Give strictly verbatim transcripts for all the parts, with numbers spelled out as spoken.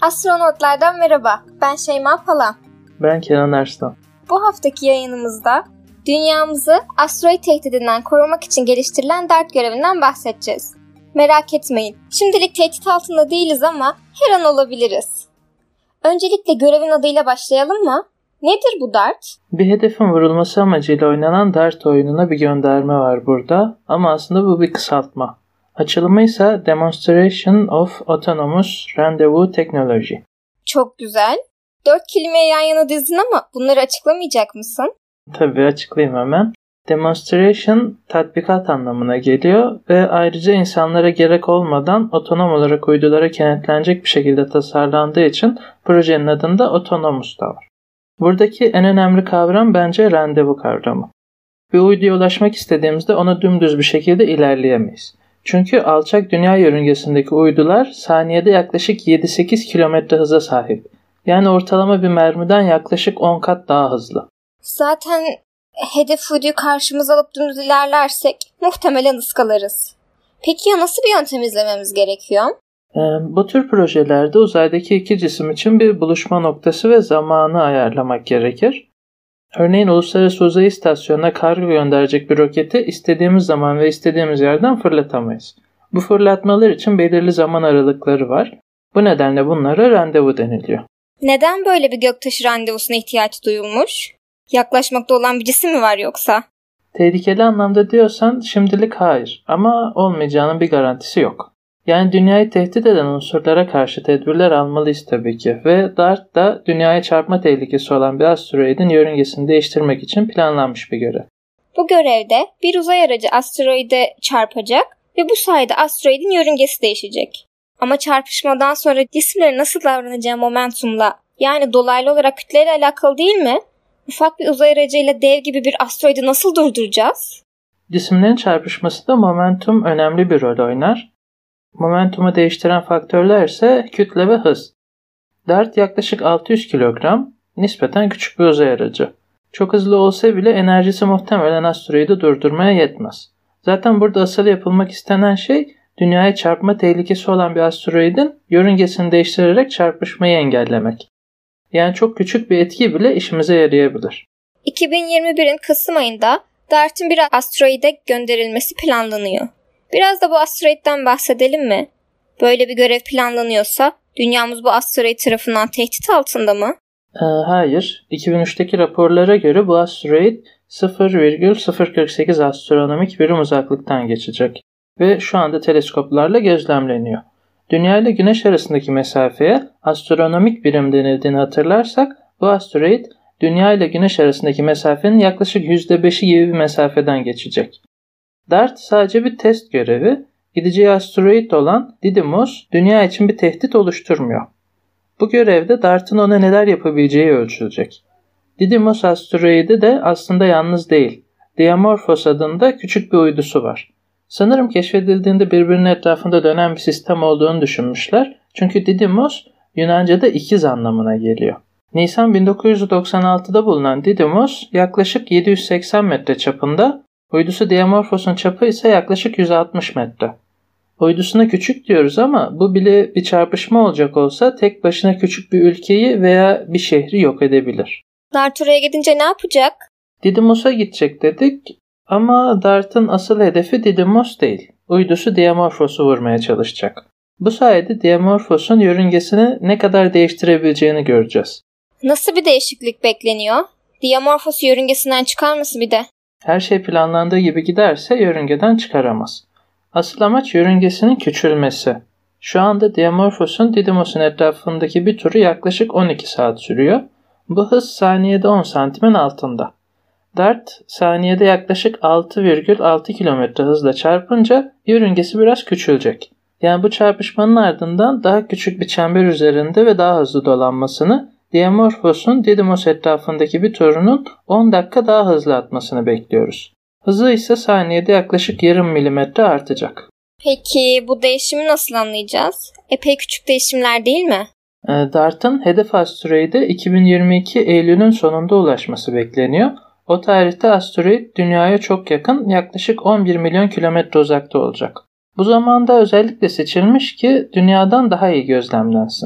Astronotlardan merhaba, ben Şeyma Falan. Ben Kenan Arslan. Bu haftaki yayınımızda dünyamızı asteroid tehdidinden korumak için geliştirilen DART görevinden bahsedeceğiz. Merak etmeyin, şimdilik tehdit altında değiliz ama her an olabiliriz. Öncelikle görevin adıyla başlayalım mı? Nedir bu DART? Bir hedefin vurulması amacıyla oynanan DART oyununa bir gönderme var burada ama aslında bu bir kısaltma. Açılımı ise Demonstration of Autonomous Rendezvous Technology. Çok güzel. Dört kelimeyi yan yana dizdin ama bunları açıklamayacak mısın? Tabii açıklayayım hemen. Demonstration tatbikat anlamına geliyor ve ayrıca insanlara gerek olmadan otonom olarak uydulara kenetlenecek bir şekilde tasarlandığı için projenin adında Autonomous da var. Buradaki en önemli kavram bence randevu kavramı. Bir uyduya ulaşmak istediğimizde ona dümdüz bir şekilde ilerleyemeyiz. Çünkü alçak dünya yörüngesindeki uydular saniyede yaklaşık yedi sekiz kilometre hıza sahip. Yani ortalama bir mermiden yaklaşık on kat daha hızlı. Zaten hedef uyduyu karşımıza alıp dümdüz ilerlersek muhtemelen ıskalarız. Peki ya nasıl bir yöntem izlememiz gerekiyor? Ee, bu tür projelerde uzaydaki iki cisim için bir buluşma noktası ve zamanı ayarlamak gerekir. Örneğin Uluslararası Uzay İstasyonu'na kargo gönderecek bir roketi istediğimiz zaman ve istediğimiz yerden fırlatamayız. Bu fırlatmalar için belirli zaman aralıkları var. Bu nedenle bunlara randevu deniliyor. Neden böyle bir göktaşı randevusuna ihtiyaç duyulmuş? Yaklaşmakta olan bir cisim mi var yoksa? Tehlikeli anlamda diyorsan şimdilik hayır ama olmayacağının bir garantisi yok. Yani dünyayı tehdit eden unsurlara karşı tedbirler almalıyız tabii ki ve DART da dünyaya çarpma tehlikesi olan bir asteroidin yörüngesini değiştirmek için planlanmış bir görev. Bu görevde bir uzay aracı asteroide çarpacak ve bu sayede asteroidin yörüngesi değişecek. Ama çarpışmadan sonra cisimlerin nasıl davranacağı momentumla, yani dolaylı olarak kütleyle alakalı değil mi? Ufak bir uzay aracıyla dev gibi bir asteroidi nasıl durduracağız? Cisimlerin çarpışmasında momentum önemli bir rol oynar. Momentumu değiştiren faktörler ise kütle ve hız. DART yaklaşık altı yüz kilogram, nispeten küçük bir uzay aracı. Çok hızlı olsa bile enerjisi muhtemelen asteroidi durdurmaya yetmez. Zaten burada asıl yapılmak istenen şey, dünyaya çarpma tehlikesi olan bir asteroidin yörüngesini değiştirerek çarpışmayı engellemek. Yani çok küçük bir etki bile işimize yarayabilir. iki bin yirmi birin Kasım ayında DART'ın bir asteroide gönderilmesi planlanıyor. Biraz da bu asteroidden bahsedelim mi? Böyle bir görev planlanıyorsa dünyamız bu asteroid tarafından tehdit altında mı? Ee, hayır. iki bin üçteki raporlara göre bu asteroid sıfır virgül sıfır kırk sekiz astronomik birim uzaklıktan geçecek ve şu anda teleskoplarla gözlemleniyor. Dünya ile Güneş arasındaki mesafeye astronomik birim denildiğini hatırlarsak bu asteroid Dünya ile Güneş arasındaki mesafenin yaklaşık yüzde beşi gibi bir mesafeden geçecek. DART sadece bir test görevi, gideceği asteroid olan Didymos Dünya için bir tehdit oluşturmuyor. Bu görevde DART'ın ona neler yapabileceği ölçülecek. Didymos asteroidi de aslında yalnız değil. Dimorphos adında küçük bir uydusu var. Sanırım keşfedildiğinde birbirinin etrafında dönen bir sistem olduğunu düşünmüşler. Çünkü Didymos Yunanca'da ikiz anlamına geliyor. Nisan bin dokuz yüz doksan altıda bulunan Didymos yaklaşık yedi yüz seksen metre çapında, uydusu Dimorphos'un çapı ise yaklaşık yüz altmış metre. Uydusuna küçük diyoruz ama bu bile bir çarpışma olacak olsa tek başına küçük bir ülkeyi veya bir şehri yok edebilir. DART oraya gidince ne yapacak? Didymos'a gidecek dedik ama DART'ın asıl hedefi Didymos değil. Uydusu Dimorphos'u vurmaya çalışacak. Bu sayede Dimorphos'un yörüngesini ne kadar değiştirebileceğini göreceğiz. Nasıl bir değişiklik bekleniyor? Dimorphos'u yörüngesinden çıkarması bir de. Her şey planlandığı gibi giderse yörüngeden çıkaramaz. Asıl amaç yörüngesinin küçülmesi. Şu anda Dimorphos'un Didymos'un etrafındaki bir turu yaklaşık on iki saat sürüyor. Bu hız saniyede on santimin altında. DART saniyede yaklaşık altı virgül altı kilometre hızla çarpınca yörüngesi biraz küçülecek. Yani bu çarpışmanın ardından daha küçük bir çember üzerinde ve daha hızlı dolanmasını, Dimorphos'un Didymos etrafındaki bir turunun on dakika daha hızlı atmasını bekliyoruz. Hızı ise saniyede yaklaşık yarım milimetre artacak. Peki bu değişimi nasıl anlayacağız? Epey küçük değişimler değil mi? DART'ın hedef asteroide iki bin yirmi iki Eylül'ün sonunda ulaşması bekleniyor. O tarihte asteroid Dünya'ya çok yakın, yaklaşık on bir milyon kilometre uzakta olacak. Bu zamanda özellikle seçilmiş ki Dünya'dan daha iyi gözlemlensin.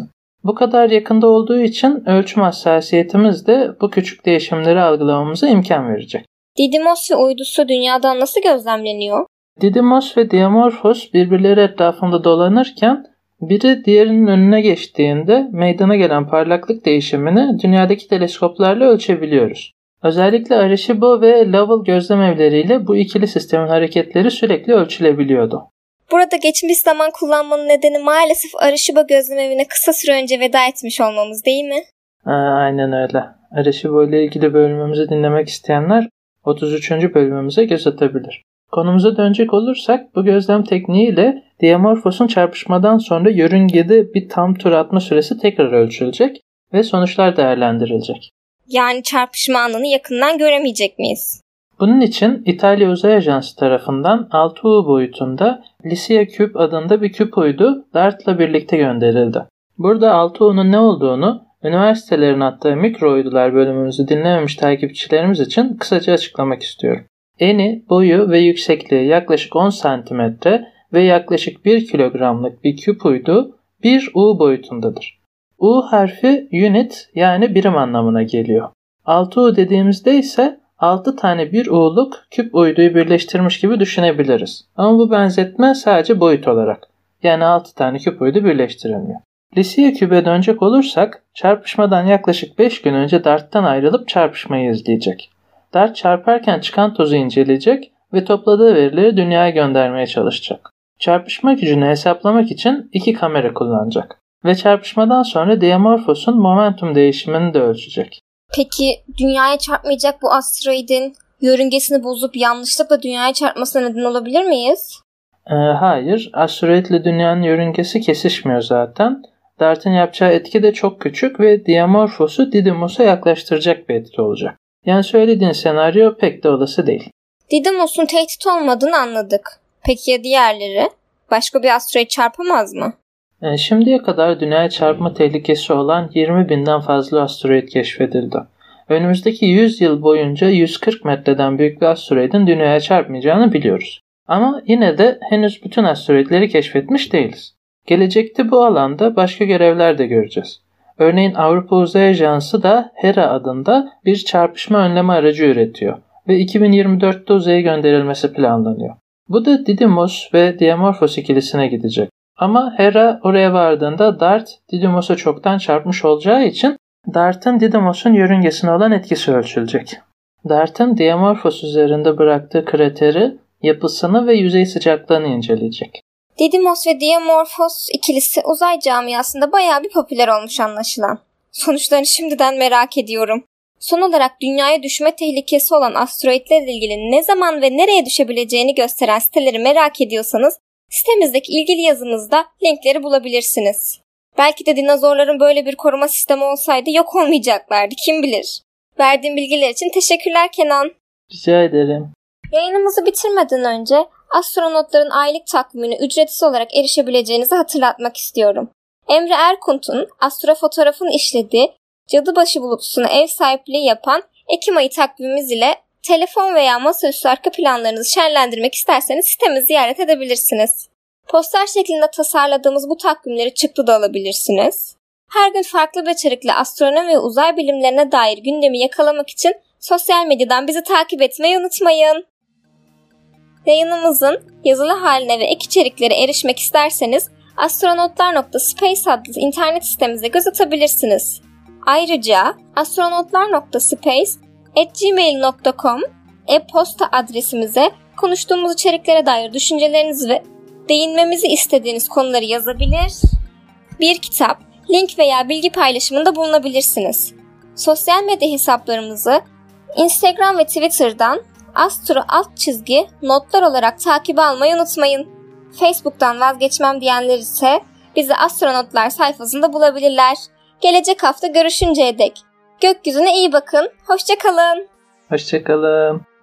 Bu kadar yakında olduğu için ölçüm hassasiyetimiz de bu küçük değişimleri algılamamıza imkan verecek. Didymos ve uydusu dünyadan nasıl gözlemleniyor? Didymos ve Dimorphos birbirleri etrafında dolanırken biri diğerinin önüne geçtiğinde meydana gelen parlaklık değişimini dünyadaki teleskoplarla ölçebiliyoruz. Özellikle Arecibo ve Lovell gözlemevleriyle bu ikili sistemin hareketleri sürekli ölçülebiliyordu. Burada geçmiş zaman kullanmanın nedeni maalesef Arecibo gözlemevine kısa süre önce veda etmiş olmamız değil mi? Aa, aynen öyle. Arecibo ile ilgili bölümümüzü dinlemek isteyenler otuz üçüncü bölümümüze göz atabilir. Konumuza dönecek olursak bu gözlem tekniğiyle Dimorphos'un çarpışmadan sonra yörüngede bir tam tur atma süresi tekrar ölçülecek ve sonuçlar değerlendirilecek. Yani çarpışma anını yakından göremeyecek miyiz? Bunun için İtalya Uzay Ajansı tarafından altı U boyutunda Lycia Cube adında bir küp uydu DART'la birlikte gönderildi. Burada altı U'nun ne olduğunu üniversitelerin attığı mikro uydular bölümümüzü dinlememiş takipçilerimiz için kısaca açıklamak istiyorum. Eni, boyu ve yüksekliği yaklaşık on santimetre ve yaklaşık bir kilogramlık bir küp uydu bir U boyutundadır. U harfi unit yani birim anlamına geliyor. altı U dediğimizde ise altı tane bir U'luk küp uyduyu birleştirmiş gibi düşünebiliriz. Ama bu benzetme sadece boyut olarak. Yani altı tane küp uydu birleştirilmiyor. Lycia Cube'e dönecek olursak çarpışmadan yaklaşık beş gün önce DART'tan ayrılıp çarpışmayı izleyecek. DART çarparken çıkan tozu inceleyecek ve topladığı verileri dünyaya göndermeye çalışacak. Çarpışma gücünü hesaplamak için iki kamera kullanacak. Ve çarpışmadan sonra Dimorphos'un momentum değişimini de ölçecek. Peki dünyaya çarpmayacak bu asteroidin yörüngesini bozup yanlışlıkla dünyaya çarpmasına neden olabilir miyiz? Ee, hayır, asteroidle dünyanın yörüngesi kesişmiyor zaten. DART'ın yapacağı etki de çok küçük ve Dimorphos'u Didymos'a yaklaştıracak bir etki olacak. Yani söylediğin senaryo pek de olası değil. Didymos'un tehdit olmadığını anladık. Peki ya diğerleri? Başka bir asteroid çarpamaz mı? Yani şimdiye kadar dünyaya çarpma tehlikesi olan yirmi binden fazla asteroid keşfedildi. Önümüzdeki yüz yıl boyunca yüz kırk metreden büyük bir asteroidin dünyaya çarpmayacağını biliyoruz. Ama yine de henüz bütün asteroidleri keşfetmiş değiliz. Gelecekte bu alanda başka görevler de göreceğiz. Örneğin Avrupa Uzay Ajansı da HERA adında bir çarpışma önleme aracı üretiyor ve iki bin yirmi dörtte uzaya gönderilmesi planlanıyor. Bu da Didymos ve Dimorphos ikilisine gidecek. Ama HERA oraya vardığında DART Didymos'a çoktan çarpmış olacağı için DART'ın Didymos'un yörüngesine olan etkisi ölçülecek. DART'ın Dimorphos üzerinde bıraktığı krateri, yapısını ve yüzey sıcaklığını inceleyecek. Didymos ve Dimorphos ikilisi uzay camiasında bayağı bir popüler olmuş anlaşılan. Sonuçlarını şimdiden merak ediyorum. Son olarak dünyaya düşme tehlikesi olan asteroidlerle ilgili ne zaman ve nereye düşebileceğini gösteren siteleri merak ediyorsanız sitemizdeki ilgili yazımızda linkleri bulabilirsiniz. Belki de dinozorların böyle bir koruma sistemi olsaydı yok olmayacaklardı, kim bilir. Verdiğin bilgiler için teşekkürler Kenan. Rica ederim. Yayınımızı bitirmeden önce astronotların aylık takvimine ücretsiz olarak erişebileceğinizi hatırlatmak istiyorum. Emre Erkunt'un astrofotoğrafını işlediği Cadıbaşı Bulutsu'na ev sahipliği yapan Ekim ayı takvimimiz ile telefon veya masaüstü arka planlarınızı şenlendirmek isterseniz sitemizi ziyaret edebilirsiniz. Poster şeklinde tasarladığımız bu takvimleri çıktı da alabilirsiniz. Her gün farklı bir içerikle astronomi ve uzay bilimlerine dair gündemi yakalamak için sosyal medyadan bizi takip etmeyi unutmayın. Yayınımızın yazılı haline ve ek içeriklere erişmek isterseniz astronotlar nokta space adlı internet sitemize göz atabilirsiniz. Ayrıca astronotlar nokta space at gmail nokta com e-posta adresimize konuştuğumuz içeriklere dair düşüncelerinizi ve değinmemizi istediğiniz konuları yazabilir, bir kitap, link veya bilgi paylaşımında bulunabilirsiniz. Sosyal medya hesaplarımızı Instagram ve Twitter'dan astro alt çizgi notlar olarak takip almayı unutmayın. Facebook'tan vazgeçmem diyenler ise bizi astronotlar sayfasında bulabilirler. Gelecek hafta görüşünceye dek gökyüzüne iyi bakın. Hoşça kalın. Hoşça kalın.